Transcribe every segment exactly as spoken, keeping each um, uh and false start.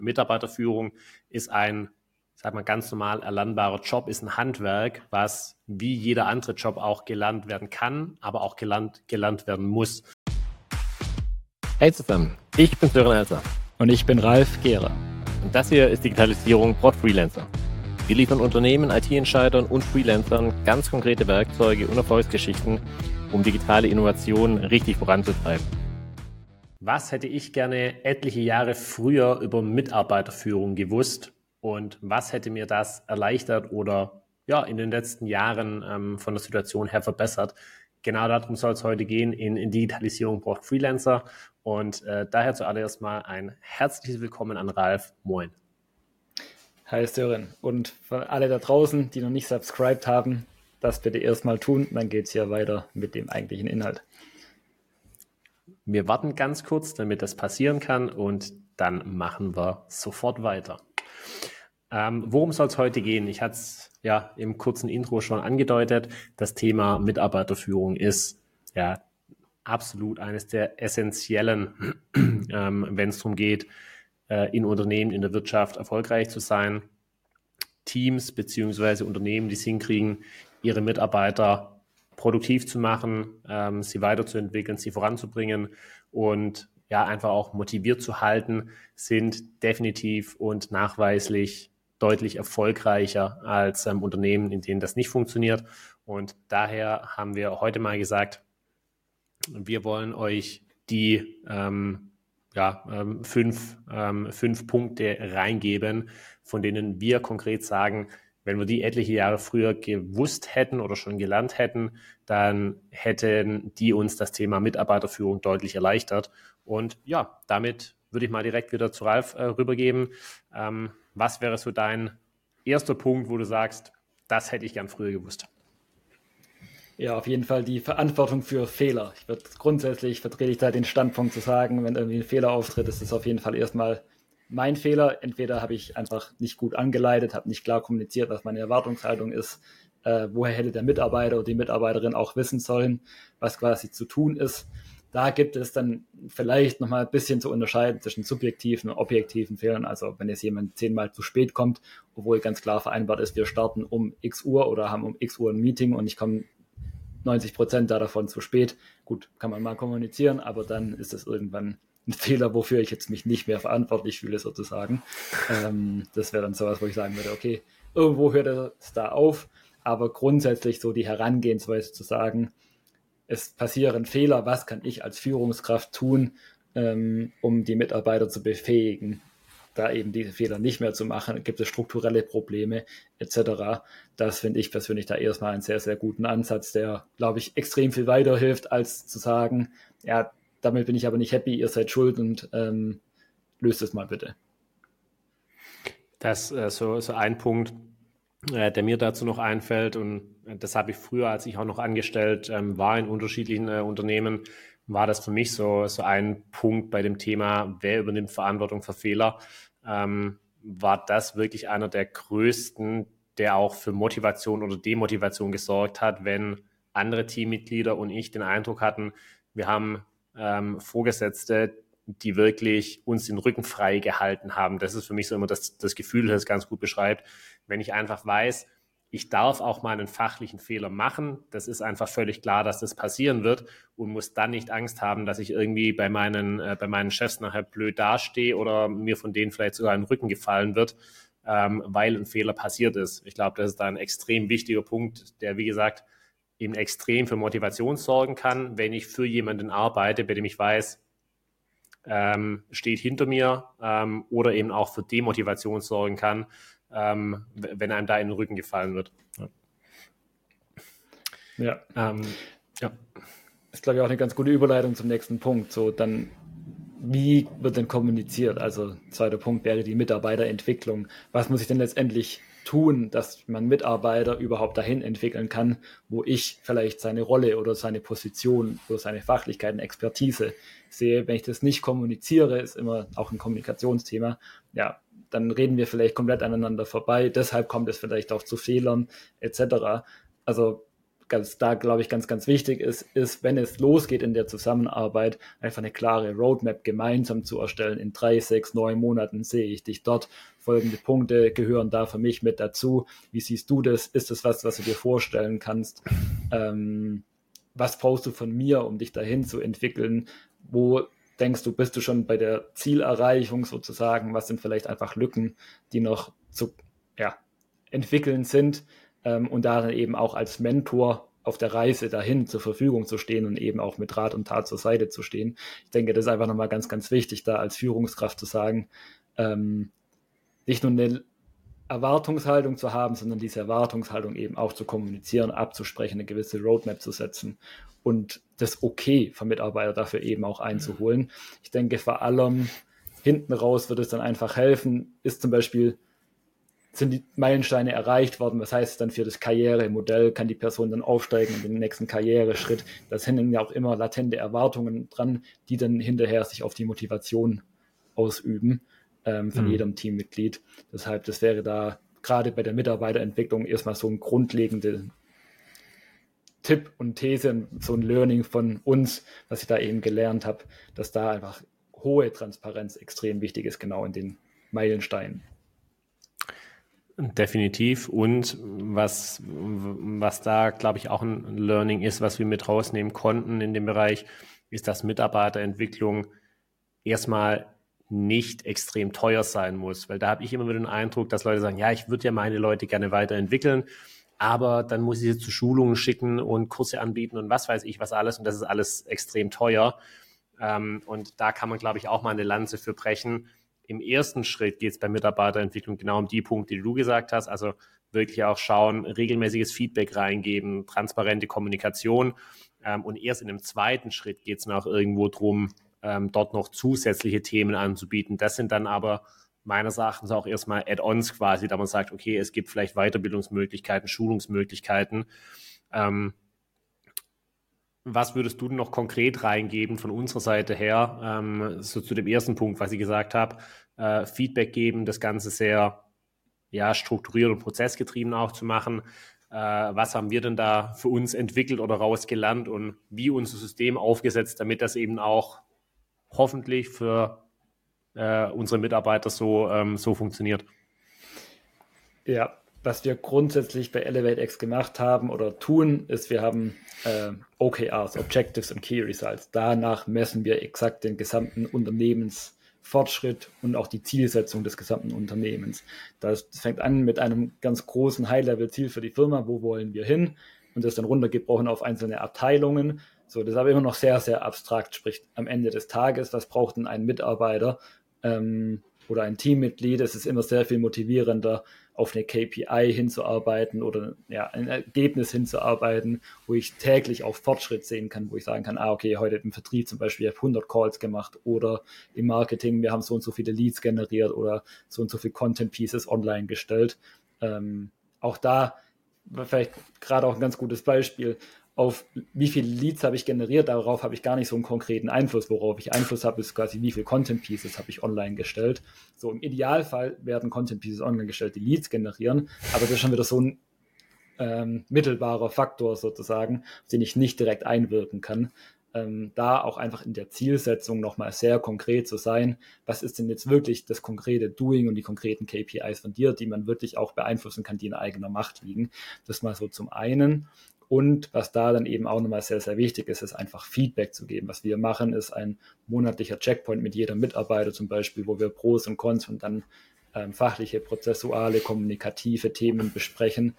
Mitarbeiterführung ist ein, sag mal, ganz normal erlernbarer Job, ist ein Handwerk, was wie jeder andere Job auch gelernt werden kann, aber auch gelernt, gelernt werden muss. Hey zusammen, ich bin Sören Elser. Und ich bin Ralf Gehrer. Und das hier ist Digitalisierung braucht Freelancer. Wir liefern Unternehmen, I T-Entscheidern und Freelancern ganz konkrete Werkzeuge und Erfolgsgeschichten, um digitale Innovationen richtig voranzutreiben. Was hätte ich gerne etliche Jahre früher über Mitarbeiterführung gewusst und was hätte mir das erleichtert oder ja in den letzten Jahren ähm, von der Situation her verbessert? Genau darum soll es heute gehen in, in Digitalisierung braucht Freelancer und äh, daher zuallererst mal ein herzliches Willkommen an Ralf. Moin. Hi Sören, und für alle da draußen, die noch nicht subscribed haben, das bitte erstmal tun, dann geht es hier weiter mit dem eigentlichen Inhalt. Wir warten ganz kurz, damit das passieren kann und dann machen wir sofort weiter. Ähm, worum soll es heute gehen? Ich hatte es ja im kurzen Intro schon angedeutet. Das Thema Mitarbeiterführung ist ja absolut eines der essentiellen, ähm, wenn es darum geht, äh, in Unternehmen, in der Wirtschaft erfolgreich zu sein. Teams beziehungsweise Unternehmen, die es hinkriegen, ihre Mitarbeiter produktiv zu machen, ähm, sie weiterzuentwickeln, sie voranzubringen und ja einfach auch motiviert zu halten, sind definitiv und nachweislich deutlich erfolgreicher als ähm, Unternehmen, in denen das nicht funktioniert. Und daher haben wir heute mal gesagt, wir wollen euch die ähm, ja, ähm, fünf, ähm, fünf Punkte reingeben, von denen wir konkret sagen, wenn wir die etliche Jahre früher gewusst hätten oder schon gelernt hätten, dann hätten die uns das Thema Mitarbeiterführung deutlich erleichtert. Und ja, damit würde ich mal direkt wieder zu Ralf äh, rübergeben. Ähm, was wäre so dein erster Punkt, wo du sagst, das hätte ich gern früher gewusst? Ja, auf jeden Fall die Verantwortung für Fehler. Ich würde grundsätzlich vertrete ich da den Standpunkt zu sagen, wenn irgendwie ein Fehler auftritt, ist es auf jeden Fall erstmal mein Fehler. Entweder habe ich einfach nicht gut angeleitet, habe nicht klar kommuniziert, was meine Erwartungshaltung ist. Äh, woher hätte der Mitarbeiter oder die Mitarbeiterin auch wissen sollen, was quasi zu tun ist. Da gibt es dann vielleicht nochmal ein bisschen zu unterscheiden zwischen subjektiven und objektiven Fehlern. Also wenn jetzt jemand zehnmal zu spät kommt, obwohl ganz klar vereinbart ist, wir starten um x Uhr oder haben um x Uhr ein Meeting und ich komme neunzig Prozent davon zu spät. Gut, kann man mal kommunizieren, aber dann ist es irgendwann ein Fehler, wofür ich jetzt mich nicht mehr verantwortlich fühle, sozusagen. Ähm, das wäre dann sowas, wo ich sagen würde, okay, irgendwo hört es da auf, aber grundsätzlich so die Herangehensweise zu sagen, es passieren Fehler, was kann ich als Führungskraft tun, ähm, um die Mitarbeiter zu befähigen, da eben diese Fehler nicht mehr zu machen, gibt es strukturelle Probleme et cetera. Das finde ich persönlich da erstmal einen sehr, sehr guten Ansatz, der, glaube ich, extrem viel weiterhilft, als zu sagen, ja, damit bin ich aber nicht happy, ihr seid schuld und ähm, löst es mal bitte. Das ist äh, so, so ein Punkt, äh, der mir dazu noch einfällt und das habe ich früher, als ich auch noch angestellt ähm, war in unterschiedlichen äh, Unternehmen, war das für mich so, so ein Punkt bei dem Thema, wer übernimmt Verantwortung für Fehler, ähm, war das wirklich einer der größten, der auch für Motivation oder Demotivation gesorgt hat, wenn andere Teammitglieder und ich den Eindruck hatten, wir haben ähm, Vorgesetzte, die wirklich uns den Rücken frei gehalten haben. Das ist für mich so immer das, das Gefühl, das es ganz gut beschreibt. Wenn ich einfach weiß, ich darf auch mal einen fachlichen Fehler machen. Das ist einfach völlig klar, dass das passieren wird und muss dann nicht Angst haben, dass ich irgendwie bei meinen, äh, bei meinen Chefs nachher blöd dastehe oder mir von denen vielleicht sogar in den Rücken gefallen wird, ähm, weil ein Fehler passiert ist. Ich glaube, das ist da ein extrem wichtiger Punkt, der, wie gesagt, eben extrem für Motivation sorgen kann, wenn ich für jemanden arbeite, bei dem ich weiß, ähm, steht hinter mir ähm, oder eben auch für Demotivation sorgen kann, ähm, wenn einem da in den Rücken gefallen wird. Ja. Ja. Ähm, ja. Das ist, glaube ich, auch eine ganz gute Überleitung zum nächsten Punkt. So, dann, wie wird denn kommuniziert? Also, zweiter Punkt wäre die Mitarbeiterentwicklung. Was muss ich denn letztendlich tun, dass man Mitarbeiter überhaupt dahin entwickeln kann, wo ich vielleicht seine Rolle oder seine Position oder seine Fachlichkeit und Expertise sehe? Wenn ich das nicht kommuniziere, ist immer auch ein Kommunikationsthema, ja, dann reden wir vielleicht komplett aneinander vorbei. Deshalb kommt es vielleicht auch zu Fehlern et cetera. Also ganz, da glaube ich ganz, ganz wichtig ist, ist, wenn es losgeht in der Zusammenarbeit, einfach eine klare Roadmap gemeinsam zu erstellen. In drei, sechs, neun Monaten sehe ich dich dort. Folgende Punkte gehören da für mich mit dazu. Wie siehst du das? Ist das was, was du dir vorstellen kannst? Ähm, was brauchst du von mir, um dich dahin zu entwickeln? Wo denkst du, bist du schon bei der Zielerreichung sozusagen? Was sind vielleicht einfach Lücken, die noch zu ja, entwickeln sind? Ähm, und da dann eben auch als Mentor auf der Reise dahin zur Verfügung zu stehen und eben auch mit Rat und Tat zur Seite zu stehen. Ich denke, das ist einfach nochmal ganz, ganz wichtig, da als Führungskraft zu sagen, ähm, nicht nur eine Erwartungshaltung zu haben, sondern diese Erwartungshaltung eben auch zu kommunizieren, abzusprechen, eine gewisse Roadmap zu setzen und das Okay vom Mitarbeiter dafür eben auch einzuholen. Ich denke, vor allem hinten raus wird es dann einfach helfen, ist zum Beispiel, sind die Meilensteine erreicht worden, was heißt es dann für das Karrieremodell, kann die Person dann aufsteigen in den nächsten Karriereschritt. Das hängen ja auch immer latente Erwartungen dran, die dann hinterher sich auf die Motivation ausüben ähm, von mhm. jedem Teammitglied. Deshalb, das wäre da gerade bei der Mitarbeiterentwicklung erstmal so ein grundlegender Tipp und These, so ein Learning von uns, was ich da eben gelernt habe, dass da einfach hohe Transparenz extrem wichtig ist, genau in den Meilensteinen. Definitiv. Und was, was da, glaube ich, auch ein Learning ist, was wir mit rausnehmen konnten in dem Bereich, ist, dass Mitarbeiterentwicklung erstmal nicht extrem teuer sein muss. Weil da habe ich immer wieder den Eindruck, dass Leute sagen, ja, ich würde ja meine Leute gerne weiterentwickeln, aber dann muss ich sie zu Schulungen schicken und Kurse anbieten und was weiß ich was alles. Und das ist alles extrem teuer. Und da kann man, glaube ich, auch mal eine Lanze für brechen. Im ersten Schritt geht es bei Mitarbeiterentwicklung genau um die Punkte, die du gesagt hast, also wirklich auch schauen, regelmäßiges Feedback reingeben, transparente Kommunikation ähm, und erst in dem zweiten Schritt geht es noch irgendwo darum, ähm, dort noch zusätzliche Themen anzubieten. Das sind dann aber meines Erachtens auch erstmal Add-ons quasi, da man sagt, okay, es gibt vielleicht Weiterbildungsmöglichkeiten, Schulungsmöglichkeiten. Ähm, Was würdest du denn noch konkret reingeben von unserer Seite her, ähm, so zu dem ersten Punkt, was ich gesagt habe, äh, Feedback geben, das Ganze sehr ja, strukturiert und prozessgetrieben auch zu machen. Äh, was haben wir denn da für uns entwickelt oder rausgelernt und wie unser System aufgesetzt, damit das eben auch hoffentlich für äh, unsere Mitarbeiter so, ähm, so funktioniert? Ja, was wir grundsätzlich bei ElevateX gemacht haben oder tun, ist, wir haben äh, O K Rs, Objectives und Key Results. Danach messen wir exakt den gesamten Unternehmensfortschritt und auch die Zielsetzung des gesamten Unternehmens. Das fängt an mit einem ganz großen High-Level-Ziel für die Firma, wo wollen wir hin, und das dann runtergebrochen auf einzelne Abteilungen. So, das ist aber immer noch sehr, sehr abstrakt, sprich am Ende des Tages, was braucht denn ein Mitarbeiter ähm, oder ein Teammitglied? Es ist immer sehr viel motivierender, auf eine K P I hinzuarbeiten oder ja, ein Ergebnis hinzuarbeiten, wo ich täglich auch Fortschritt sehen kann, wo ich sagen kann, ah, okay, heute im Vertrieb zum Beispiel, ich habe hundert Calls gemacht oder im Marketing, wir haben so und so viele Leads generiert oder so und so viele Content Pieces online gestellt. Ähm, auch da vielleicht gerade auch ein ganz gutes Beispiel, auf wie viele Leads habe ich generiert, darauf habe ich gar nicht so einen konkreten Einfluss. Worauf ich Einfluss habe, ist quasi, wie viele Content Pieces habe ich online gestellt. So im Idealfall werden Content Pieces online gestellt, die Leads generieren, aber das ist schon wieder so ein ähm, mittelbarer Faktor sozusagen, auf den ich nicht direkt einwirken kann. Ähm, da auch einfach in der Zielsetzung nochmal sehr konkret zu sein, was ist denn jetzt wirklich das konkrete Doing und die konkreten K P Is von dir, die man wirklich auch beeinflussen kann, die in eigener Macht liegen. Das mal so zum einen. Und was da dann eben auch nochmal sehr, sehr wichtig ist, ist einfach Feedback zu geben. Was wir machen, ist ein monatlicher Checkpoint mit jedem Mitarbeiter zum Beispiel, wo wir Pros und Cons und dann ähm, fachliche, prozessuale, kommunikative Themen besprechen.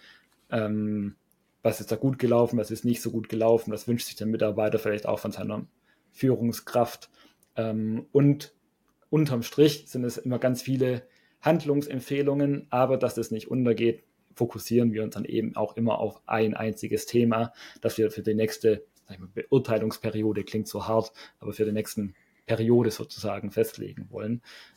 Ähm, was ist da gut gelaufen, was ist nicht so gut gelaufen, was wünscht sich der Mitarbeiter vielleicht auch von seiner Führungskraft. Ähm, und unterm Strich sind es immer ganz viele Handlungsempfehlungen, aber dass das nicht untergeht, fokussieren wir uns dann eben auch immer auf ein einziges Thema, das wir für die nächste, sag ich mal, Beurteilungsperiode, klingt so hart, aber für die nächsten Periode sozusagen festlegen wollen.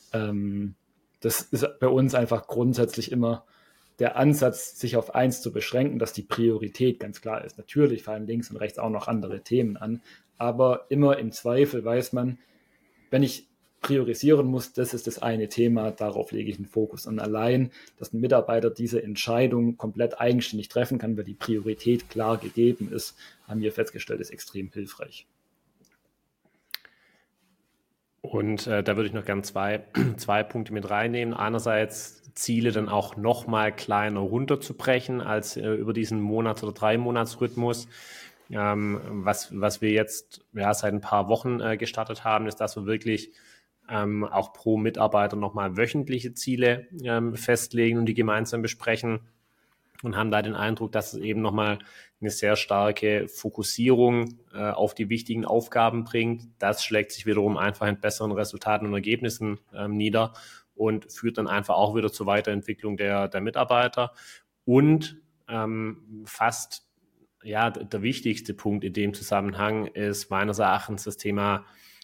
Ähm, das ist bei uns einfach grundsätzlich immer der Ansatz, sich auf eins zu beschränken, dass die Priorität ganz klar ist. Natürlich fallen links und rechts auch noch andere Themen an, aber immer im Zweifel weiß man, wenn ich priorisieren muss, das ist das eine Thema, darauf lege ich einen Fokus. Und allein, dass ein Mitarbeiter diese Entscheidung komplett eigenständig treffen kann, weil die Priorität klar gegeben ist, haben wir festgestellt, ist extrem hilfreich. Und äh, da würde ich noch gerne zwei, zwei Punkte mit reinnehmen. Einerseits Ziele dann auch noch mal kleiner runterzubrechen als äh, über diesen Monats- oder Drei-Monats-Rhythmus. Ähm, was, was wir jetzt ja, seit ein paar Wochen äh, gestartet haben, ist, dass wir wirklich ähm, auch pro Mitarbeiter noch mal wöchentliche Ziele ähm, festlegen und die gemeinsam besprechen. Und haben da den Eindruck, dass es eben nochmal eine sehr starke Fokussierung äh, auf die wichtigen Aufgaben bringt. Das schlägt sich wiederum einfach in besseren Resultaten und Ergebnissen ähm, nieder und führt dann einfach auch wieder zur Weiterentwicklung der, der Mitarbeiter. Und ähm, fast ja der wichtigste Punkt in dem Zusammenhang ist meines Erachtens das Thema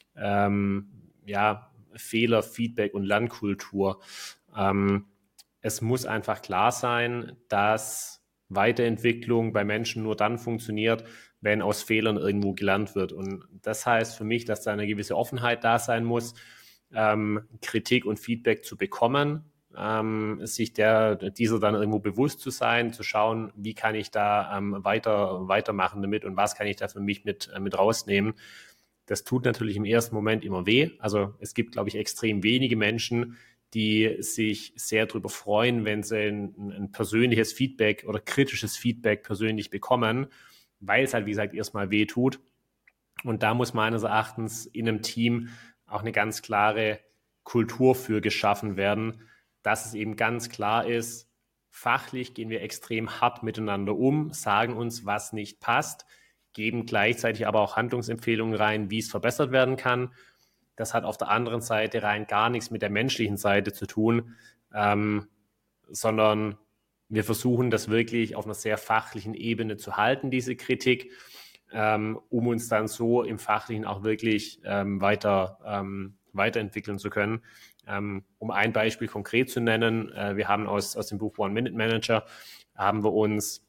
ähm, ja, Fehler, Feedback und Lernkultur. Ähm, Es muss einfach klar sein, dass Weiterentwicklung bei Menschen nur dann funktioniert, wenn aus Fehlern irgendwo gelernt wird. Und das heißt für mich, dass da eine gewisse Offenheit da sein muss, ähm, Kritik und Feedback zu bekommen, ähm, sich der, dieser dann irgendwo bewusst zu sein, zu schauen, wie kann ich da ähm, weiter, weitermachen damit und was kann ich da für mich mit, äh, mit rausnehmen. Das tut natürlich im ersten Moment immer weh. Also es gibt, glaube ich, extrem wenige Menschen, die sich sehr darüber freuen, wenn sie ein, ein persönliches Feedback oder kritisches Feedback persönlich bekommen, weil es halt, wie gesagt, erstmal weh tut. Und da muss meines Erachtens in einem Team auch eine ganz klare Kultur für geschaffen werden, dass es eben ganz klar ist, fachlich gehen wir extrem hart miteinander um, sagen uns, was nicht passt, geben gleichzeitig aber auch Handlungsempfehlungen rein, wie es verbessert werden kann. Das hat auf der anderen Seite rein gar nichts mit der menschlichen Seite zu tun, ähm, sondern wir versuchen das wirklich auf einer sehr fachlichen Ebene zu halten, diese Kritik, ähm, um uns dann so im Fachlichen auch wirklich ähm, weiter, ähm, weiterentwickeln zu können. Ähm, um ein Beispiel konkret zu nennen, äh, wir haben aus, aus dem Buch One-Minute-Manager, haben wir uns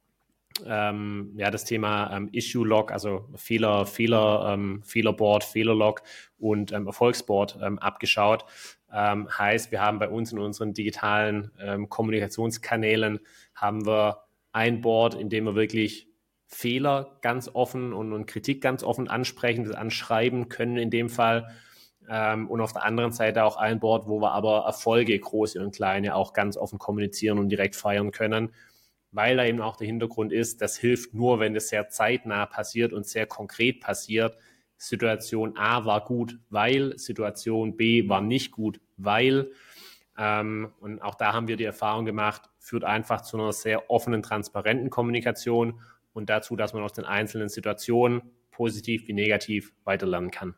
Ähm, ja, das Thema ähm, Issue-Log, also Fehler, Fehler, ähm, Fehlerboard, Fehlerlog und ähm, Erfolgsboard ähm, abgeschaut. Ähm, heißt, wir haben bei uns in unseren digitalen ähm, Kommunikationskanälen haben wir ein Board, in dem wir wirklich Fehler ganz offen und, und Kritik ganz offen ansprechen, das anschreiben können in dem Fall. Ähm, und auf der anderen Seite auch ein Board, wo wir aber Erfolge, große und kleine, auch ganz offen kommunizieren und direkt feiern können. Weil da eben auch der Hintergrund ist, das hilft nur, wenn es sehr zeitnah passiert und sehr konkret passiert. Situation A war gut, weil, Situation B war nicht gut, weil. Ähm, und auch da haben wir die Erfahrung gemacht, führt einfach zu einer sehr offenen, transparenten Kommunikation und dazu, dass man aus den einzelnen Situationen, positiv wie negativ, weiterlernen kann.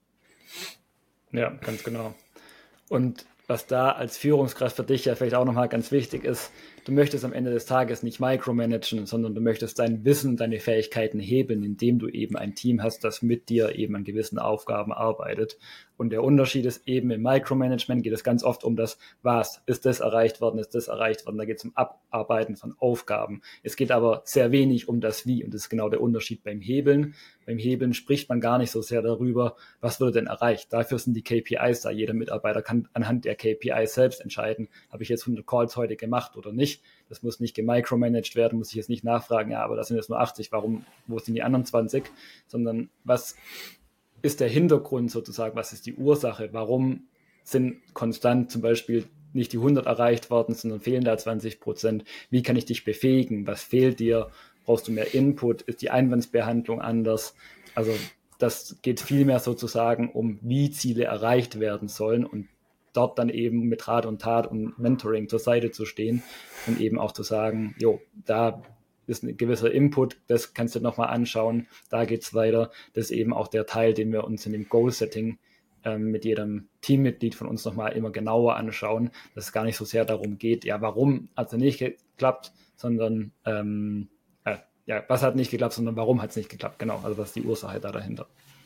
Ja, ganz genau. Und was da als Führungskraft für dich ja vielleicht auch nochmal ganz wichtig ist, du möchtest am Ende des Tages nicht micromanagen, sondern du möchtest dein Wissen, deine Fähigkeiten hebeln, indem du eben ein Team hast, das mit dir eben an gewissen Aufgaben arbeitet. Und der Unterschied ist eben im Micromanagement geht es ganz oft um das, was ist das erreicht worden, ist das erreicht worden, da geht es um Abarbeiten von Aufgaben. Es geht aber sehr wenig um das Wie und das ist genau der Unterschied beim Hebeln. Beim Hebeln spricht man gar nicht so sehr darüber, was wurde denn erreicht. Dafür sind die K P Is da. Jeder Mitarbeiter kann anhand der K P Is selbst entscheiden, habe ich jetzt hundert Calls heute gemacht oder nicht. Das muss nicht gemicromanaged werden, muss ich jetzt nicht nachfragen, ja, aber das sind jetzt nur achtzig, warum, wo sind die anderen zwanzig? Sondern was ist der Hintergrund sozusagen, was ist die Ursache, warum sind konstant zum Beispiel nicht die hundert erreicht worden, sondern fehlen da zwanzig Prozent. Wie kann ich dich befähigen? Was fehlt dir? Brauchst du mehr Input? Ist die Einwandsbehandlung anders? Also das geht vielmehr sozusagen um, wie Ziele erreicht werden sollen und dort dann eben mit Rat und Tat und Mentoring zur Seite zu stehen und eben auch zu sagen, jo, da ist ein gewisser Input, das kannst du nochmal anschauen, da geht's weiter. Das ist eben auch der Teil, den wir uns in dem Goal-Setting ähm, mit jedem Teammitglied von uns nochmal immer genauer anschauen, dass es gar nicht so sehr darum geht, ja, warum hat es nicht geklappt, sondern ähm, äh, ja, was hat nicht geklappt, sondern warum hat es nicht geklappt, genau, also was ist die Ursache da dahinter.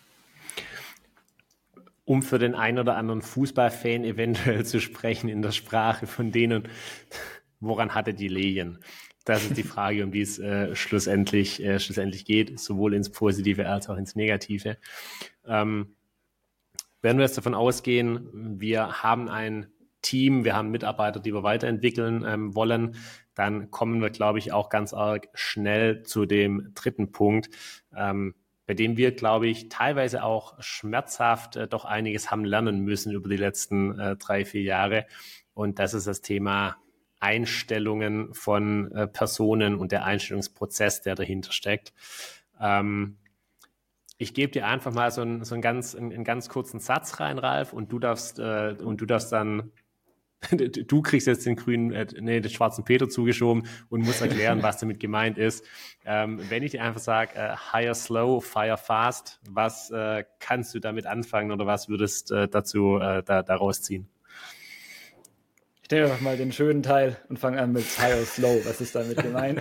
Um für den einen oder anderen Fußballfan eventuell zu sprechen in der Sprache von denen, woran hatte die Lehen? Das ist die Frage, um die es äh, schlussendlich, äh, schlussendlich geht, sowohl ins Positive als auch ins Negative. Ähm, Wenn wir jetzt davon ausgehen, wir haben ein Team, wir haben Mitarbeiter, die wir weiterentwickeln ähm, wollen, dann kommen wir, glaube ich, auch ganz arg schnell zu dem dritten Punkt, ähm, bei dem wir, glaube ich, teilweise auch schmerzhaft äh, doch einiges haben lernen müssen über die letzten äh, drei, vier Jahre. Und das ist das Thema Einstellungen von äh, Personen und der Einstellungsprozess, der dahinter steckt. Ähm, Ich gebe dir einfach mal so einen, so einen, ganz, einen, einen ganz kurzen Satz rein, Ralf, und du darfst, äh, und du darfst dann, du kriegst jetzt den grünen, äh, nee, den schwarzen Peter zugeschoben und musst erklären, was damit gemeint ist. Ähm, wenn ich dir einfach sage, äh, hire slow, fire fast, was äh, kannst du damit anfangen oder was würdest äh, dazu äh, da, daraus ziehen? Ich nehme einfach mal den schönen Teil und fange an mit hire slow. Was ist damit gemeint?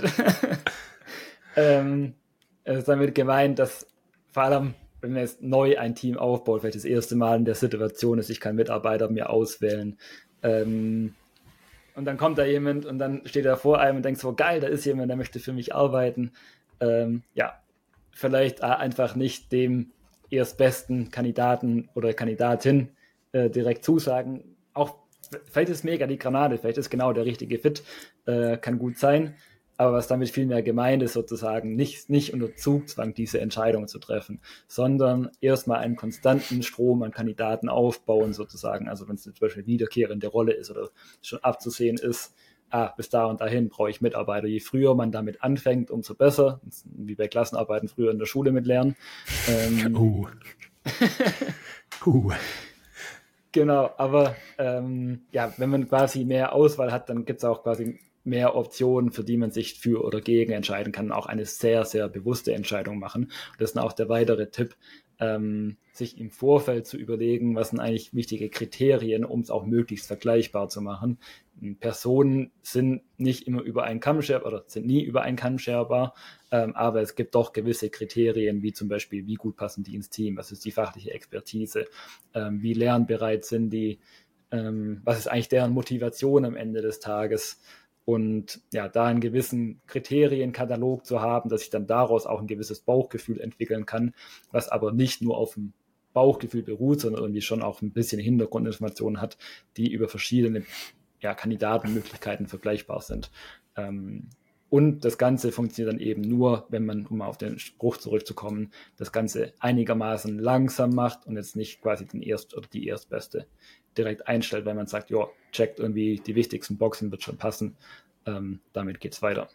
ähm, es ist damit gemeint, dass vor allem, wenn man jetzt neu ein Team aufbaut, vielleicht das erste Mal in der Situation ist, ich kann Mitarbeiter mir auswählen. Ähm, und dann kommt da jemand und dann steht er vor einem und denkt so, geil, da ist jemand, der möchte für mich arbeiten. Ähm, ja, vielleicht einfach nicht dem erstbesten Kandidaten oder Kandidatin äh, direkt zusagen. Auch vielleicht ist mega die Granate, vielleicht ist genau der richtige Fit, äh, kann gut sein. Aber was damit viel mehr gemeint ist, sozusagen nicht, nicht unter Zugzwang diese Entscheidung zu treffen, sondern erstmal einen konstanten Strom an Kandidaten aufbauen, sozusagen. Also wenn es zum Beispiel eine wiederkehrende Rolle ist oder schon abzusehen ist, ah, bis da und dahin brauche ich Mitarbeiter. Je früher man damit anfängt, umso besser. Wie bei Klassenarbeiten früher in der Schule mit lernen. Ähm, uh. uh. Genau, aber ähm, ja, wenn man quasi mehr Auswahl hat, dann gibt es auch quasi mehr Optionen, für die man sich für oder gegen entscheiden kann, auch eine sehr, sehr bewusste Entscheidung machen. Das ist auch der weitere Tipp, ähm, sich im Vorfeld zu überlegen, was sind eigentlich wichtige Kriterien, um es auch möglichst vergleichbar zu machen. Personen sind nicht immer über einen Kamm scherbar oder sind nie über einen Kamm scherbar, ähm, aber es gibt doch gewisse Kriterien, wie zum Beispiel, wie gut passen die ins Team, was ist die fachliche Expertise, ähm, wie lernbereit sind die, ähm, was ist eigentlich deren Motivation am Ende des Tages. Und ja, da einen gewissen Kriterienkatalog zu haben, dass ich dann daraus auch ein gewisses Bauchgefühl entwickeln kann, was aber nicht nur auf dem Bauchgefühl beruht, sondern irgendwie schon auch ein bisschen Hintergrundinformationen hat, die über verschiedene ja, Kandidatenmöglichkeiten vergleichbar sind. Ähm, und das Ganze funktioniert dann eben nur, wenn man, um mal auf den Spruch zurückzukommen, das Ganze einigermaßen langsam macht und jetzt nicht quasi den Erst- oder die Erstbeste direkt einstellt, weil man sagt, ja, checkt irgendwie die wichtigsten Boxen, wird schon passen. Ähm, damit geht's weiter.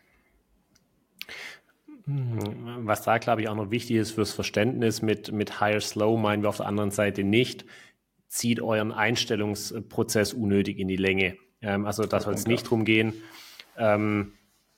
Was da, glaube ich, auch noch wichtig ist fürs Verständnis mit, mit Hire Slow, meinen wir auf der anderen Seite nicht, zieht euren Einstellungsprozess unnötig in die Länge. Ähm, also da soll es nicht drum gehen, ähm,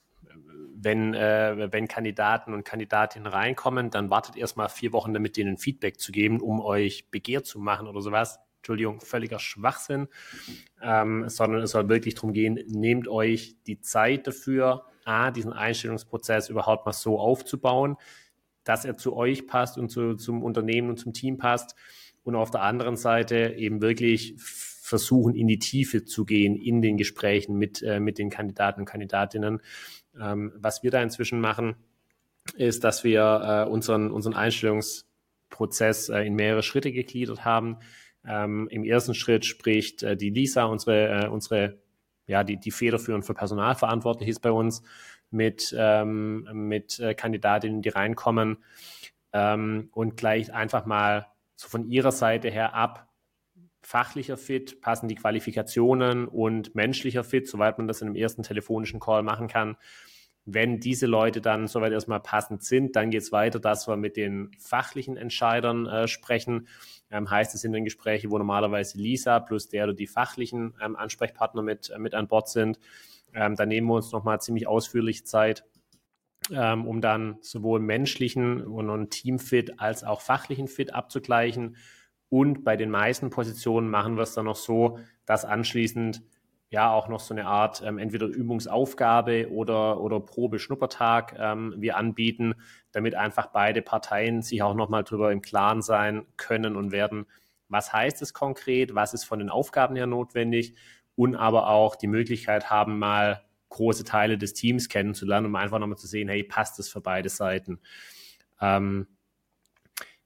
wenn, äh, wenn Kandidaten und Kandidatinnen reinkommen, dann wartet erstmal vier Wochen damit, denen Feedback zu geben, um euch begehrt zu machen oder sowas. Entschuldigung, völliger Schwachsinn, ähm, sondern es soll wirklich darum gehen, nehmt euch die Zeit dafür, A, diesen Einstellungsprozess überhaupt mal so aufzubauen, dass er zu euch passt und zu, zum Unternehmen und zum Team passt und auf der anderen Seite eben wirklich versuchen, in die Tiefe zu gehen in den Gesprächen mit, äh, mit den Kandidaten und Kandidatinnen. Ähm, was wir da inzwischen machen, ist, dass wir äh, unseren, unseren Einstellungsprozess äh, in mehrere Schritte gegliedert haben. Ähm, Im ersten Schritt spricht äh, die Lisa, unsere, äh, unsere ja, die, die federführend für Personal verantwortlich ist bei uns, mit, ähm, mit äh, Kandidatinnen, die reinkommen ähm, und gleich einfach mal so von ihrer Seite her ab, fachlicher Fit, passen die Qualifikationen und menschlicher Fit, soweit man das in einem ersten telefonischen Call machen kann. Wenn diese Leute dann soweit erstmal passend sind, dann geht es weiter, dass wir mit den fachlichen Entscheidern äh, sprechen. Ähm, heißt, es sind dann Gespräche, wo normalerweise Lisa plus der oder die fachlichen ähm, Ansprechpartner mit, äh, mit an Bord sind. Ähm, da nehmen wir uns nochmal ziemlich ausführlich Zeit, ähm, um dann sowohl menschlichen und Teamfit als auch fachlichen Fit abzugleichen. Und bei den meisten Positionen machen wir es dann noch so, dass anschließend ja auch noch so eine Art ähm, entweder Übungsaufgabe oder, oder Probe-Schnuppertag ähm, wir anbieten, damit einfach beide Parteien sich auch nochmal drüber im Klaren sein können und werden, was heißt es konkret, was ist von den Aufgaben her notwendig und aber auch die Möglichkeit haben, mal große Teile des Teams kennenzulernen, um einfach nochmal zu sehen, hey, passt es für beide Seiten. Ähm,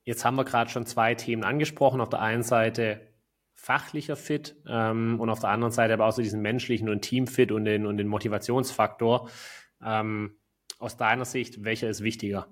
jetzt haben wir gerade schon zwei Themen angesprochen. Auf der einen Seite fachlicher Fit ähm, und auf der anderen Seite aber auch so diesen menschlichen und Teamfit und den, und den Motivationsfaktor. Ähm, aus deiner Sicht, welcher ist wichtiger?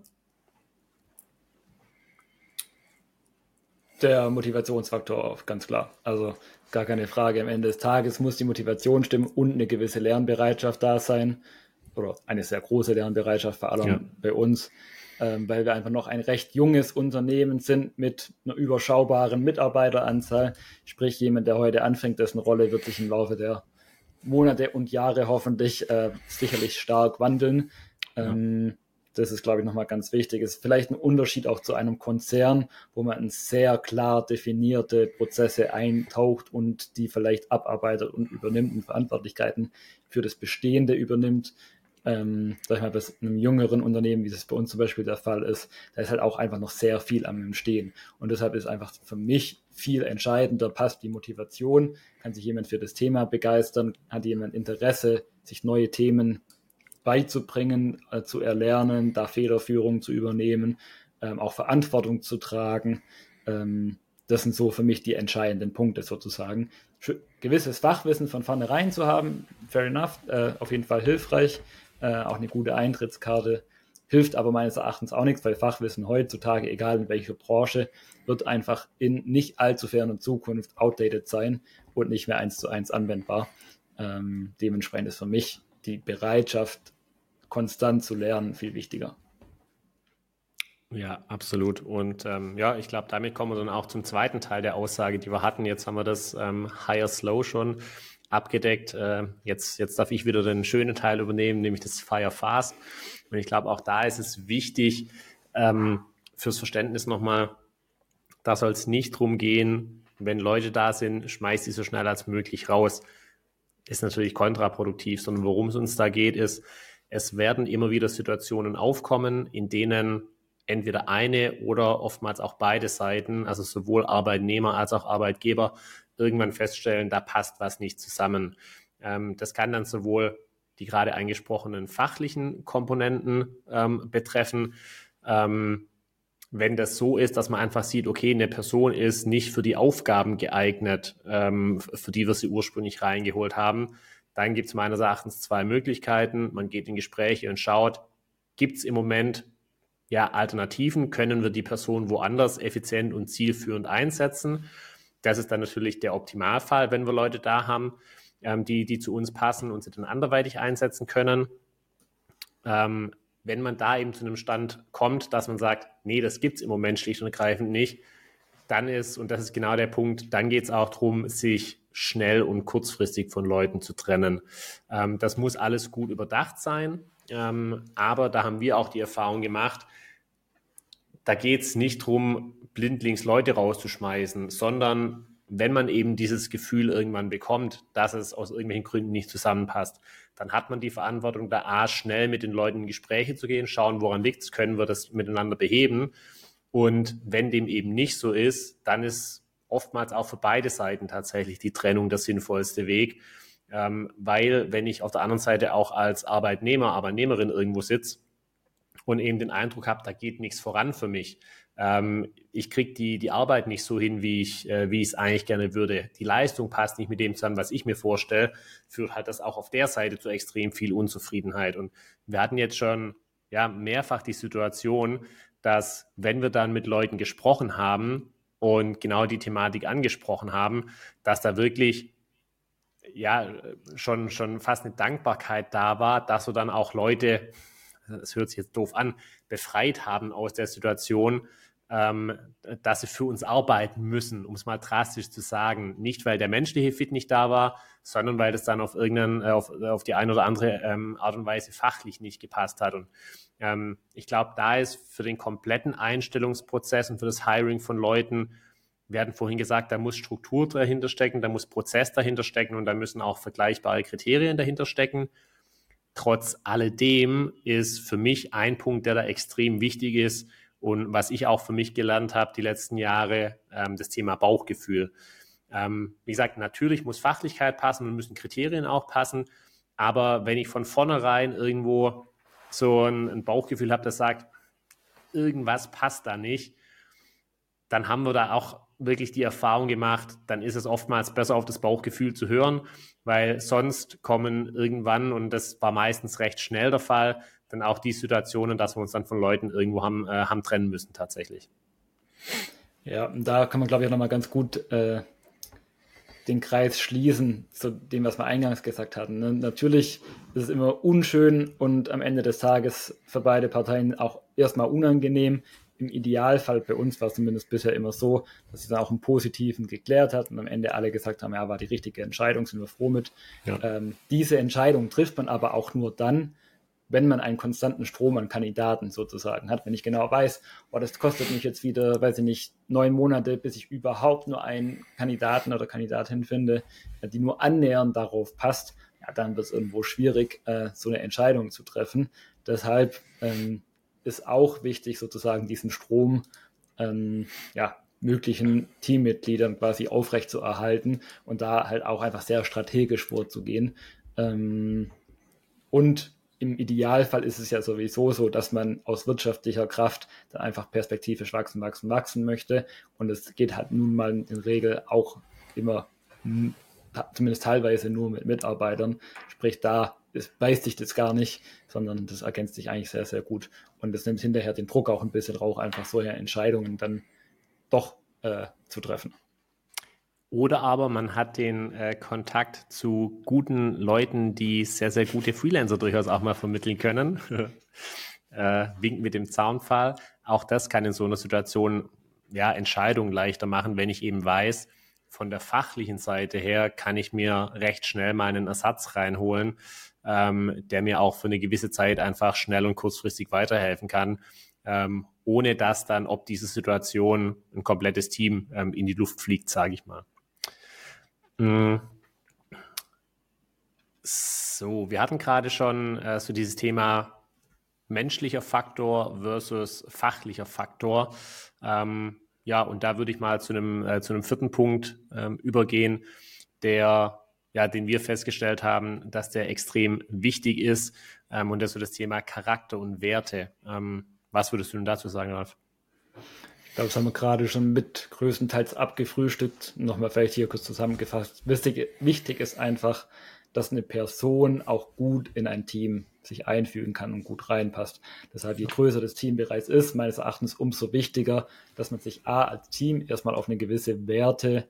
Der Motivationsfaktor, ganz klar. Also gar keine Frage. Am Ende des Tages muss die Motivation stimmen und eine gewisse Lernbereitschaft da sein. Oder eine sehr große Lernbereitschaft, vor allem ja. bei uns, ähm, weil wir einfach noch ein recht junges Unternehmen sind mit einer überschaubaren Mitarbeiteranzahl. Sprich, jemand, der heute anfängt, dessen Rolle wird sich im Laufe der Monate und Jahre hoffentlich äh, sicherlich stark wandeln. Ja. Ähm, Das ist, glaube ich, nochmal ganz wichtig. Es ist vielleicht ein Unterschied auch zu einem Konzern, wo man in sehr klar definierte Prozesse eintaucht und die vielleicht abarbeitet und übernimmt und Verantwortlichkeiten für das Bestehende übernimmt. Ähm, sag ich mal, bei einem jüngeren Unternehmen, wie es bei uns zum Beispiel der Fall ist, da ist halt auch einfach noch sehr viel am Entstehen. Und deshalb ist einfach für mich viel entscheidender, passt die Motivation, kann sich jemand für das Thema begeistern, hat jemand Interesse, sich neue Themen beizubringen, äh, zu erlernen, da Federführung zu übernehmen, ähm, auch Verantwortung zu tragen. Ähm, das sind so für mich die entscheidenden Punkte sozusagen. Für gewisses Fachwissen von vornherein zu haben, fair enough, äh, auf jeden Fall hilfreich, äh, auch eine gute Eintrittskarte, hilft aber meines Erachtens auch nichts, weil Fachwissen heutzutage, egal in welcher Branche, wird einfach in nicht allzu ferner Zukunft outdated sein und nicht mehr eins zu eins anwendbar. Ähm, dementsprechend ist für mich die Bereitschaft, konstant zu lernen, viel wichtiger. Ja, absolut. Und ähm, ja, ich glaube, damit kommen wir dann auch zum zweiten Teil der Aussage, die wir hatten. Jetzt haben wir das ähm, Higher Slow schon abgedeckt. Äh, jetzt, jetzt darf ich wieder den schönen Teil übernehmen, nämlich das Fire Fast. Und ich glaube, auch da ist es wichtig, ähm, fürs Verständnis nochmal, da soll es nicht drum gehen, wenn Leute da sind, schmeiß die so schnell als möglich raus. Ist natürlich kontraproduktiv, sondern worum es uns da geht, ist, es werden immer wieder Situationen aufkommen, in denen entweder eine oder oftmals auch beide Seiten, also sowohl Arbeitnehmer als auch Arbeitgeber, irgendwann feststellen, da passt was nicht zusammen. Ähm, das kann dann sowohl die gerade angesprochenen fachlichen Komponenten ähm, betreffen, ähm, wenn das so ist, dass man einfach sieht, okay, eine Person ist nicht für die Aufgaben geeignet, ähm, für die wir sie ursprünglich reingeholt haben, dann gibt es meines Erachtens zwei Möglichkeiten. Man geht in Gespräche und schaut, gibt es im Moment ja Alternativen? Können wir die Person woanders effizient und zielführend einsetzen? Das ist dann natürlich der Optimalfall, wenn wir Leute da haben, ähm, die, die zu uns passen und sie dann anderweitig einsetzen können. Ähm, wenn man da eben zu einem Stand kommt, dass man sagt, nee, das gibt es im Moment schlicht und ergreifend nicht, dann ist, und das ist genau der Punkt, dann geht es auch darum, sich schnell und kurzfristig von Leuten zu trennen. Ähm, das muss alles gut überdacht sein, ähm, aber da haben wir auch die Erfahrung gemacht, da geht es nicht darum, blindlings Leute rauszuschmeißen, sondern wenn man eben dieses Gefühl irgendwann bekommt, dass es aus irgendwelchen Gründen nicht zusammenpasst, dann hat man die Verantwortung, da A, schnell mit den Leuten in Gespräche zu gehen, schauen, woran liegt es, können wir das miteinander beheben. Und wenn dem eben nicht so ist, dann ist oftmals auch für beide Seiten tatsächlich die Trennung der sinnvollste Weg. Ähm, weil wenn ich auf der anderen Seite auch als Arbeitnehmer, Arbeitnehmerin irgendwo sitze und eben den Eindruck habe, da geht nichts voran für mich, ähm, ich kriege die, die Arbeit nicht so hin, wie ich äh, wie ich es eigentlich gerne würde, die Leistung passt nicht mit dem zusammen, was ich mir vorstelle, führt halt das auch auf der Seite zu extrem viel Unzufriedenheit. Und wir hatten jetzt schon ja, mehrfach die Situation, dass wenn wir dann mit Leuten gesprochen haben und genau die Thematik angesprochen haben, dass da wirklich ja schon, schon fast eine Dankbarkeit da war, dass wir dann auch Leute, das hört sich jetzt doof an, befreit haben aus der Situation, ähm, dass sie für uns arbeiten müssen, um es mal drastisch zu sagen. Nicht, weil der menschliche Fit nicht da war, sondern weil das dann auf irgendeinen, auf, auf die eine oder andere ähm, Art und Weise fachlich nicht gepasst hat. Und ähm, ich glaube, da ist für den kompletten Einstellungsprozess und für das Hiring von Leuten, wir hatten vorhin gesagt, da muss Struktur dahinter stecken, da muss Prozess dahinter stecken und da müssen auch vergleichbare Kriterien dahinter stecken. Trotz alledem ist für mich ein Punkt, der da extrem wichtig ist und was ich auch für mich gelernt habe die letzten Jahre, ähm, das Thema Bauchgefühl. Ähm, wie gesagt, natürlich muss Fachlichkeit passen und müssen Kriterien auch passen, aber wenn ich von vornherein irgendwo so ein, ein Bauchgefühl habe, das sagt, irgendwas passt da nicht, dann haben wir da auch wirklich die Erfahrung gemacht, dann ist es oftmals besser, auf das Bauchgefühl zu hören, weil sonst kommen irgendwann, und das war meistens recht schnell der Fall, dann auch die Situationen, dass wir uns dann von Leuten irgendwo haben, äh, haben trennen müssen tatsächlich. Ja, und da kann man, glaube ich, auch nochmal ganz gut äh, den Kreis schließen zu dem, was wir eingangs gesagt hatten. Ne? Natürlich ist es immer unschön und am Ende des Tages für beide Parteien auch erstmal unangenehm. Im Idealfall, bei uns war es zumindest bisher immer so, dass sie dann auch im Positiven geklärt hat und am Ende alle gesagt haben, ja, war die richtige Entscheidung, sind wir froh mit. Ja. Ähm, diese Entscheidung trifft man aber auch nur dann, wenn man einen konstanten Strom an Kandidaten sozusagen hat, wenn ich genau weiß, oh, das kostet mich jetzt wieder, weiß ich nicht, neun Monate, bis ich überhaupt nur einen Kandidaten oder Kandidatin finde, die nur annähernd darauf passt, ja, dann wird es irgendwo schwierig, äh, so eine Entscheidung zu treffen. Deshalb ähm, ist auch wichtig, sozusagen diesen Strom ähm, ja, möglichen Teammitgliedern quasi aufrecht zu erhalten und da halt auch einfach sehr strategisch vorzugehen. Ähm, und im Idealfall ist es ja sowieso so, dass man aus wirtschaftlicher Kraft dann einfach perspektivisch wachsen, wachsen, wachsen möchte. Und es geht halt nun mal in der Regel auch immer, zumindest teilweise nur mit Mitarbeitern. Sprich, da ist, beißt sich das gar nicht, sondern das ergänzt sich eigentlich sehr, sehr gut. Und das nimmt hinterher den Druck auch ein bisschen raus, einfach solche Entscheidungen dann doch äh, zu treffen. Oder aber man hat den äh, Kontakt zu guten Leuten, die sehr, sehr gute Freelancer durchaus auch mal vermitteln können. äh, winkt mit dem Zaunpfahl. Auch das kann in so einer Situation ja, Entscheidungen leichter machen, wenn ich eben weiß, von der fachlichen Seite her kann ich mir recht schnell mal einen Ersatz reinholen, ähm, der mir auch für eine gewisse Zeit einfach schnell und kurzfristig weiterhelfen kann, ähm, ohne dass dann ob diese Situation ein komplettes Team ähm, in die Luft fliegt, sage ich mal. So, wir hatten gerade schon äh, so dieses Thema menschlicher Faktor versus fachlicher Faktor. Ähm, ja, und da würde ich mal zu einem, äh, zu einem vierten Punkt ähm, übergehen, der, ja, den wir festgestellt haben, dass der extrem wichtig ist. Ähm, und das ist so das Thema Charakter und Werte. Ähm, was würdest du denn dazu sagen, Ralf? Ich glaube, das haben wir gerade schon mit größtenteils abgefrühstückt. Nochmal vielleicht hier kurz zusammengefasst. Wichtig, wichtig ist einfach, dass eine Person auch gut in ein Team sich einfügen kann und gut reinpasst. Deshalb, je größer das Team bereits ist, meines Erachtens umso wichtiger, dass man sich A als Team erstmal auf eine gewisse Werte,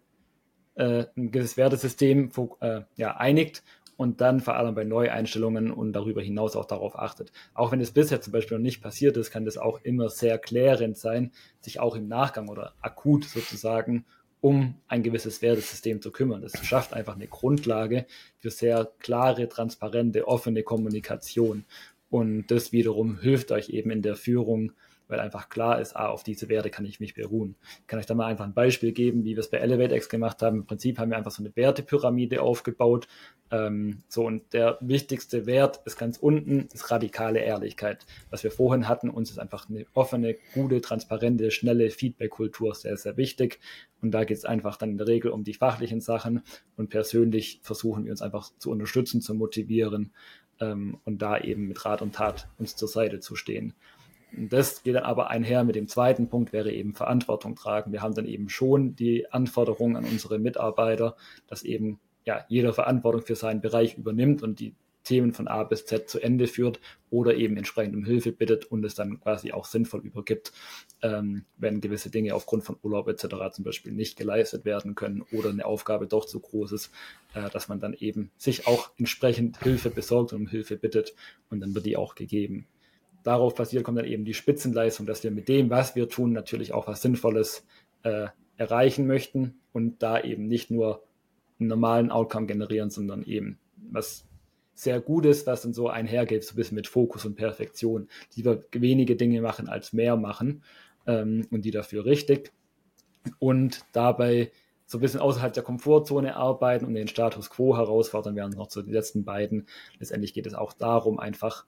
äh, ein gewisses Wertesystem äh, ja, einigt und dann vor allem bei Neueinstellungen und darüber hinaus auch darauf achtet. Auch wenn es bisher zum Beispiel noch nicht passiert ist, kann das auch immer sehr klärend sein, sich auch im Nachgang oder akut sozusagen um ein gewisses Wertesystem zu kümmern. Das schafft einfach eine Grundlage für sehr klare, transparente, offene Kommunikation. Und das wiederum hilft euch eben in der Führung, weil einfach klar ist, ah, auf diese Werte kann ich mich beruhen. Ich kann euch da mal einfach ein Beispiel geben, wie wir es bei ElevateX gemacht haben. Im Prinzip haben wir einfach so eine Wertepyramide aufgebaut. Ähm, so, und der wichtigste Wert ist ganz unten, ist radikale Ehrlichkeit. Was wir vorhin hatten, uns ist einfach eine offene, gute, transparente, schnelle Feedback-Kultur sehr, sehr wichtig. Und da geht es einfach dann in der Regel um die fachlichen Sachen. Und persönlich versuchen wir uns einfach zu unterstützen, zu motivieren ähm, und da eben mit Rat und Tat uns zur Seite zu stehen. Das geht dann aber einher mit dem zweiten Punkt, wäre eben Verantwortung tragen. Wir haben dann eben schon die Anforderungen an unsere Mitarbeiter, dass eben ja jeder Verantwortung für seinen Bereich übernimmt und die Themen von A bis Z zu Ende führt oder eben entsprechend um Hilfe bittet und es dann quasi auch sinnvoll übergibt, ähm, wenn gewisse Dinge aufgrund von Urlaub et cetera zum Beispiel nicht geleistet werden können oder eine Aufgabe doch zu groß ist, äh, dass man dann eben sich auch entsprechend Hilfe besorgt und um Hilfe bittet und dann wird die auch gegeben. Darauf basiert kommt dann eben die Spitzenleistung, dass wir mit dem, was wir tun, natürlich auch was Sinnvolles äh, erreichen möchten und da eben nicht nur einen normalen Outcome generieren, sondern eben was sehr Gutes, was dann so einhergeht, so ein bisschen mit Fokus und Perfektion. Lieber wenige Dinge machen als mehr machen ähm, und die dafür richtig und dabei so ein bisschen außerhalb der Komfortzone arbeiten und den Status Quo herausfordern, während noch zu den letzten beiden. Letztendlich geht es auch darum, einfach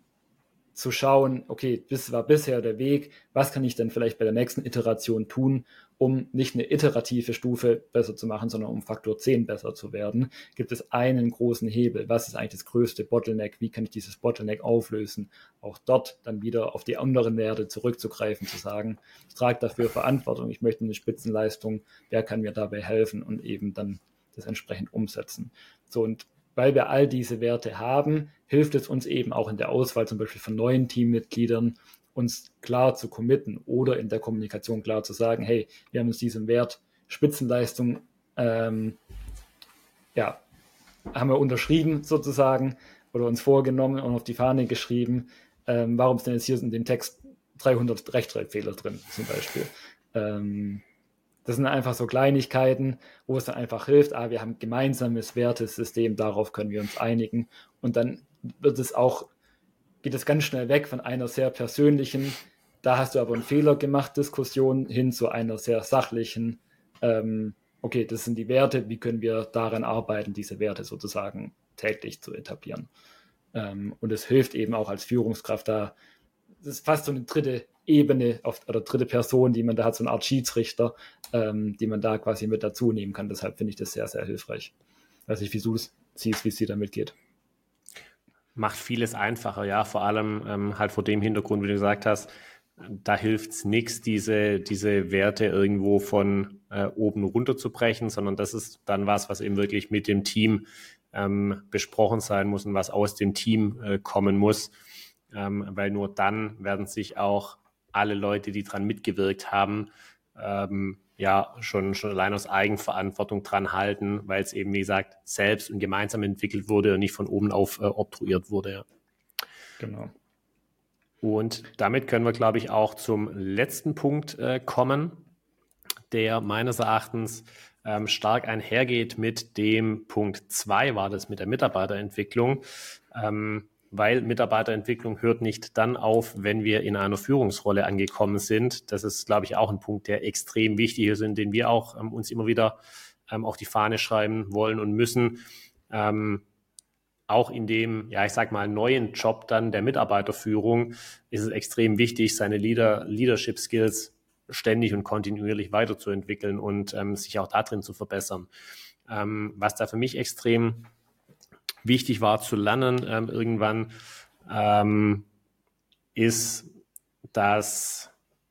zu schauen, okay, das war bisher der Weg, was kann ich denn vielleicht bei der nächsten Iteration tun, um nicht eine iterative Stufe besser zu machen, sondern um Faktor zehn besser zu werden, gibt es einen großen Hebel. Was ist eigentlich das größte Bottleneck? Wie kann ich dieses Bottleneck auflösen? Auch dort dann wieder auf die anderen Werte zurückzugreifen, zu sagen, ich trage dafür Verantwortung, ich möchte eine Spitzenleistung, wer kann mir dabei helfen und eben dann das entsprechend umsetzen. So, und weil wir all diese Werte haben, hilft es uns eben auch in der Auswahl zum Beispiel von neuen Teammitgliedern, uns klar zu committen oder in der Kommunikation klar zu sagen, hey, wir haben uns diesen Wert Spitzenleistung, ähm, ja, haben wir unterschrieben sozusagen oder uns vorgenommen und auf die Fahne geschrieben. Ähm, warum ist denn jetzt hier in dem Text dreihundert Rechtschreibfehler drin zum Beispiel? Ähm, das sind einfach so Kleinigkeiten, wo es dann einfach hilft, ah, wir haben ein gemeinsames Wertesystem, darauf können wir uns einigen und dann wird es auch geht es ganz schnell weg von einer sehr persönlichen, da hast du aber einen Fehler gemacht, Diskussion hin zu einer sehr sachlichen, ähm, okay, das sind die Werte, wie können wir daran arbeiten, diese Werte sozusagen täglich zu etablieren. Ähm, und es hilft eben auch als Führungskraft da, das ist fast so eine dritte Ebene auf, oder dritte Person, die man da hat, so eine Art Schiedsrichter, ähm, die man da quasi mit dazu nehmen kann. Deshalb finde ich das sehr, sehr hilfreich. Weiß nicht, wie du es siehst, wie es dir damit geht. Macht vieles einfacher, ja, vor allem ähm, halt vor dem Hintergrund, wie du gesagt hast, da hilft es nichts, diese, diese Werte irgendwo von äh, oben runter zu brechen, sondern das ist dann was, was eben wirklich mit dem Team ähm, besprochen sein muss und was aus dem Team äh, kommen muss, ähm, weil nur dann werden sich auch alle Leute, die dran mitgewirkt haben, ähm, ja, schon, schon allein aus Eigenverantwortung dran halten, weil es eben, wie gesagt, selbst und gemeinsam entwickelt wurde und nicht von oben auf äh, oktroyiert wurde. Ja. Genau. Und damit können wir, glaube ich, auch zum letzten Punkt äh, kommen, der meines Erachtens ähm, stark einhergeht mit dem Punkt zwei, war das mit der Mitarbeiterentwicklung. Ähm, weil Mitarbeiterentwicklung hört nicht dann auf, wenn wir in einer Führungsrolle angekommen sind. Das ist, glaube ich, auch ein Punkt, der extrem wichtig ist und den wir auch ähm, uns immer wieder ähm, auf die Fahne schreiben wollen und müssen. Ähm, auch in dem, ja, ich sag mal, neuen Job dann der Mitarbeiterführung ist es extrem wichtig, seine Leader, Leadership Skills ständig und kontinuierlich weiterzuentwickeln und ähm, sich auch darin zu verbessern. Ähm, was da für mich extrem wichtig war zu lernen ähm, irgendwann, ähm, ist, dass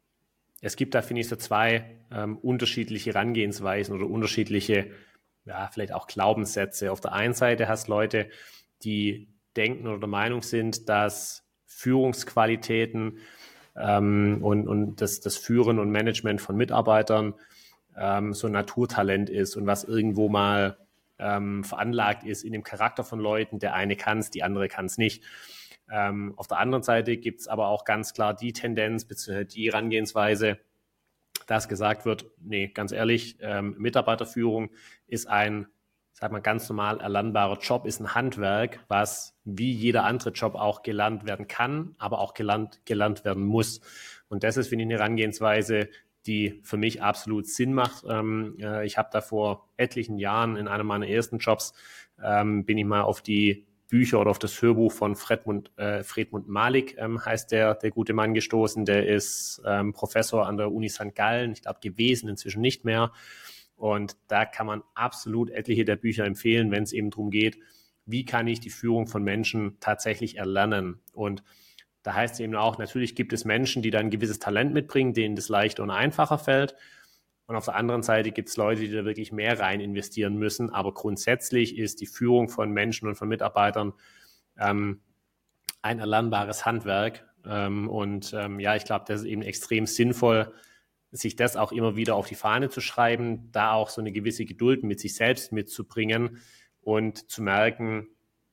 es gibt da, finde ich, so zwei ähm, unterschiedliche Herangehensweisen oder unterschiedliche, ja, vielleicht auch Glaubenssätze. Auf der einen Seite hast du Leute, die denken oder der Meinung sind, dass Führungsqualitäten ähm, und, und das, das Führen und Management von Mitarbeitern ähm, so ein Naturtalent ist und was irgendwo mal ähm, veranlagt ist in dem Charakter von Leuten. Der eine kann es, die andere kann es nicht. Ähm, auf der anderen Seite gibt es aber auch ganz klar die Tendenz bzw. die Herangehensweise, dass gesagt wird, nee, ganz ehrlich, ähm, Mitarbeiterführung ist ein, sag mal, ganz normal erlernbarer Job, ist ein Handwerk, was wie jeder andere Job auch gelernt werden kann, aber auch gelernt, gelernt werden muss. Und das ist, finde ich, eine Herangehensweise, die für mich absolut Sinn macht. Ähm, äh, ich habe da vor etlichen Jahren in einem meiner ersten Jobs, ähm, bin ich mal auf die Bücher oder auf das Hörbuch von Fredmund, äh, Fredmund Malik, ähm, heißt der, der gute Mann, gestoßen. Der ist ähm, Professor an der Uni Sankt Gallen, ich glaube gewesen, inzwischen nicht mehr. Und da kann man absolut etliche der Bücher empfehlen, wenn es eben darum geht, wie kann ich die Führung von Menschen tatsächlich erlernen. Und da heißt es eben auch, natürlich gibt es Menschen, die dann ein gewisses Talent mitbringen, denen das leichter und einfacher fällt. Und auf der anderen Seite gibt es Leute, die da wirklich mehr rein investieren müssen. Aber grundsätzlich ist die Führung von Menschen und von Mitarbeitern ähm, ein erlernbares Handwerk. Ähm, und ähm, ja, ich glaube, das ist eben extrem sinnvoll, sich das auch immer wieder auf die Fahne zu schreiben, da auch so eine gewisse Geduld mit sich selbst mitzubringen und zu merken,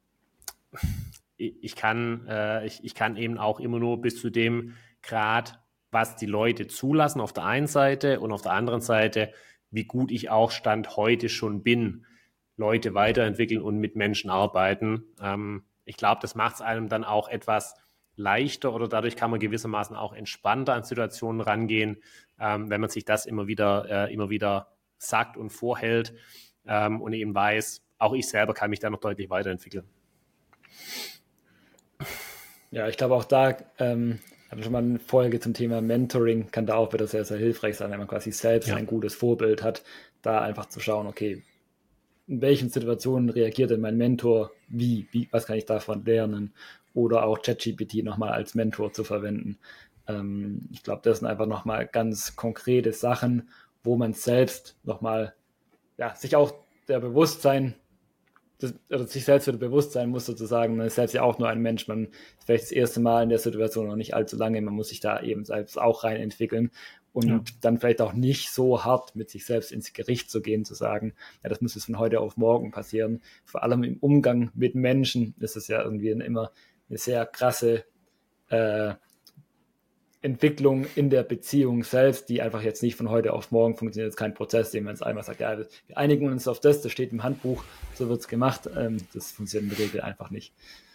ich kann, äh, ich, ich kann eben auch immer nur bis zu dem Grad, was die Leute zulassen auf der einen Seite und auf der anderen Seite, wie gut ich auch Stand heute schon bin, Leute weiterentwickeln und mit Menschen arbeiten. Ähm, ich glaube, das macht es einem dann auch etwas leichter oder dadurch kann man gewissermaßen auch entspannter an Situationen rangehen, ähm, wenn man sich das immer wieder, äh, immer wieder sagt und vorhält ähm, und eben weiß, auch ich selber kann mich da noch deutlich weiterentwickeln. Ja, ich glaube auch da ähm, hatte schon mal eine Folge zum Thema Mentoring, kann da auch wieder sehr, sehr hilfreich sein, wenn man quasi selbst ja. ein gutes Vorbild hat, da einfach zu schauen, okay, in welchen Situationen reagiert denn mein Mentor, wie, wie was kann ich davon lernen, oder auch ChatGPT nochmal als Mentor zu verwenden. Ähm, ich glaube, das sind einfach nochmal ganz konkrete Sachen, wo man selbst nochmal, ja, sich auch der Bewusstsein, das, oder sich selbst wieder bewusst sein muss sozusagen, man ist selbst ja auch nur ein Mensch, man ist vielleicht das erste Mal in der Situation noch nicht allzu lange, man muss sich da eben selbst auch rein entwickeln und ja. dann vielleicht auch nicht so hart mit sich selbst ins Gericht zu gehen, zu sagen, ja, das muss jetzt von heute auf morgen passieren. Vor allem im Umgang mit Menschen ist es ja irgendwie immer eine sehr krasse äh, Entwicklung in der Beziehung selbst, die einfach jetzt nicht von heute auf morgen funktioniert. Das ist kein Prozess, den man jetzt einmal sagt, ja, wir einigen uns auf das, das steht im Handbuch, so wird es gemacht. Ähm, das funktioniert in der Regel einfach nicht.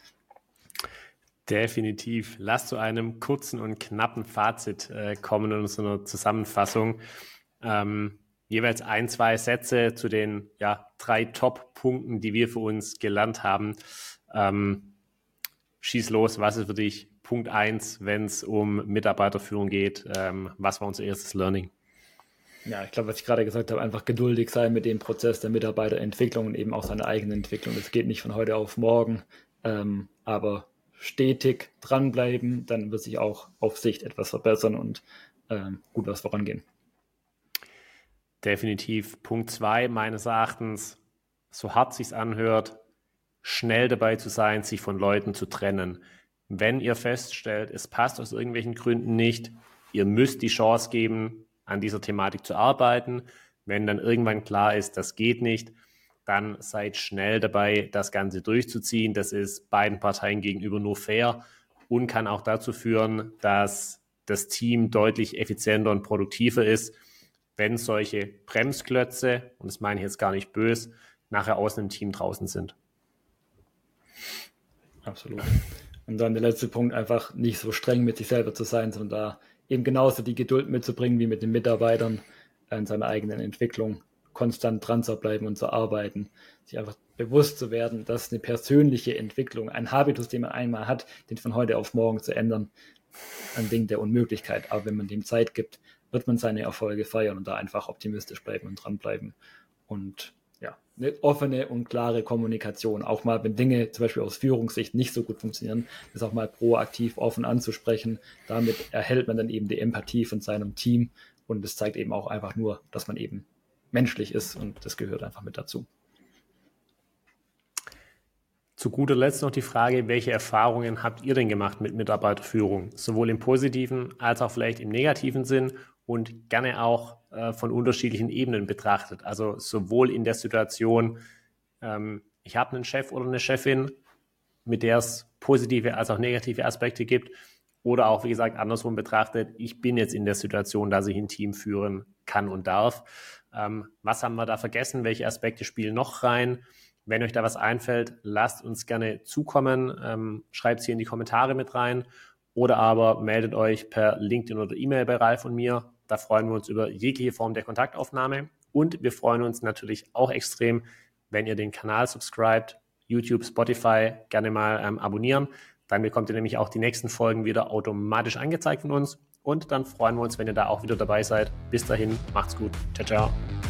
Definitiv. Lass zu einem kurzen und knappen Fazit äh, kommen in unserer Zusammenfassung. Ähm, jeweils ein, zwei Sätze zu den ja, drei Top-Punkten, die wir für uns gelernt haben. Ähm, schieß los, was ist für dich Punkt eins, wenn es um Mitarbeiterführung geht? Ähm, was war unser erstes Learning? Ja, ich glaube, was ich gerade gesagt habe, einfach geduldig sein mit dem Prozess der Mitarbeiterentwicklung und eben auch seine eigene Entwicklung. Das geht nicht von heute auf morgen, ähm, aber stetig dranbleiben, dann wird sich auch auf Sicht etwas verbessern und ähm, gut was vorangehen. Definitiv. Punkt zwei meines Erachtens, so hart sich's anhört, schnell dabei zu sein, sich von Leuten zu trennen. Wenn ihr feststellt, es passt aus irgendwelchen Gründen nicht, ihr müsst die Chance geben, an dieser Thematik zu arbeiten. Wenn dann irgendwann klar ist, das geht nicht, dann seid schnell dabei, das Ganze durchzuziehen. Das ist beiden Parteien gegenüber nur fair und kann auch dazu führen, dass das Team deutlich effizienter und produktiver ist, wenn solche Bremsklötze, und das meine ich jetzt gar nicht böse, nachher aus einem Team draußen sind. Absolut. Und dann der letzte Punkt, einfach nicht so streng mit sich selber zu sein, sondern da eben genauso die Geduld mitzubringen wie mit den Mitarbeitern in seiner eigenen Entwicklung, konstant dran zu bleiben und zu arbeiten, sich einfach bewusst zu werden, dass eine persönliche Entwicklung, ein Habitus, den man einmal hat, den von heute auf morgen zu ändern, ein Ding der Unmöglichkeit. Aber wenn man dem Zeit gibt, wird man seine Erfolge feiern und da einfach optimistisch bleiben und dranbleiben. Und ja, eine offene und klare Kommunikation, auch mal, wenn Dinge zum Beispiel aus Führungssicht nicht so gut funktionieren, das auch mal proaktiv offen anzusprechen. Damit erhält man dann eben die Empathie von seinem Team und es zeigt eben auch einfach nur, dass man eben menschlich ist und das gehört einfach mit dazu. Zu guter Letzt noch die Frage, welche Erfahrungen habt ihr denn gemacht mit Mitarbeiterführung? Sowohl im positiven als auch vielleicht im negativen Sinn und gerne auch äh, von unterschiedlichen Ebenen betrachtet. Also sowohl in der Situation, ähm, ich habe einen Chef oder eine Chefin, mit der es positive als auch negative Aspekte gibt, oder auch, wie gesagt, andersrum betrachtet, ich bin jetzt in der Situation, dass ich ein Team führen kann und darf. Ähm, was haben wir da vergessen? Welche Aspekte spielen noch rein? Wenn euch da was einfällt, lasst uns gerne zukommen. Ähm, schreibt es hier in die Kommentare mit rein oder aber meldet euch per LinkedIn oder E-Mail bei Ralf und mir. Da freuen wir uns über jegliche Form der Kontaktaufnahme. Und wir freuen uns natürlich auch extrem, wenn ihr den Kanal subscribt, YouTube, Spotify, gerne mal ähm, abonnieren. Dann bekommt ihr nämlich auch die nächsten Folgen wieder automatisch angezeigt von uns. Und dann freuen wir uns, wenn ihr da auch wieder dabei seid. Bis dahin, macht's gut. Ciao, ciao.